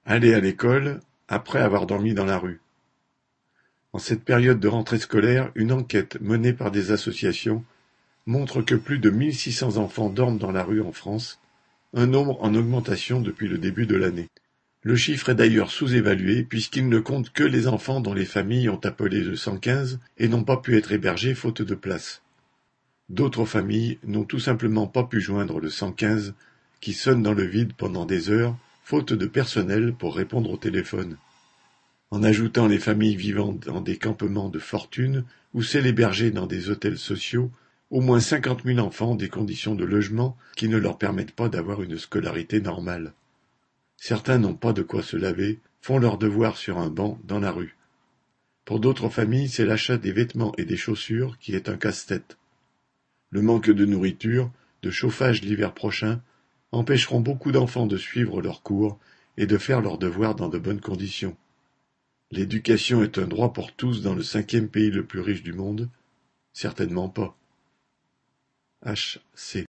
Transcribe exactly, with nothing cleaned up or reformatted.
Aller à l'école après avoir dormi dans la rue. En cette période de rentrée scolaire, une enquête menée par des associations montre que plus de mille six cents enfants dorment dans la rue en France, un nombre en augmentation depuis le début de l'année. Le chiffre est d'ailleurs sous-évalué puisqu'il ne compte que les enfants dont les familles ont appelé le cent quinze et n'ont pas pu être hébergés faute de place. D'autres familles n'ont tout simplement pas pu joindre le cent quinze qui sonne dans le vide pendant des heures, faute de personnel pour répondre au téléphone. En ajoutant les familles vivant dans des campements de fortune ou celles hébergées dans des hôtels sociaux, au moins cinquante mille enfants ont des conditions de logement qui ne leur permettent pas d'avoir une scolarité normale. Certains n'ont pas de quoi se laver, font leurs devoirs sur un banc dans la rue. Pour d'autres familles, c'est l'achat des vêtements et des chaussures qui est un casse-tête. Le manque de nourriture, de chauffage l'hiver prochain, empêcheront beaucoup d'enfants de suivre leurs cours et de faire leurs devoirs dans de bonnes conditions. L'éducation est un droit pour tous dans le cinquième pays le plus riche du monde? Certainement pas. H C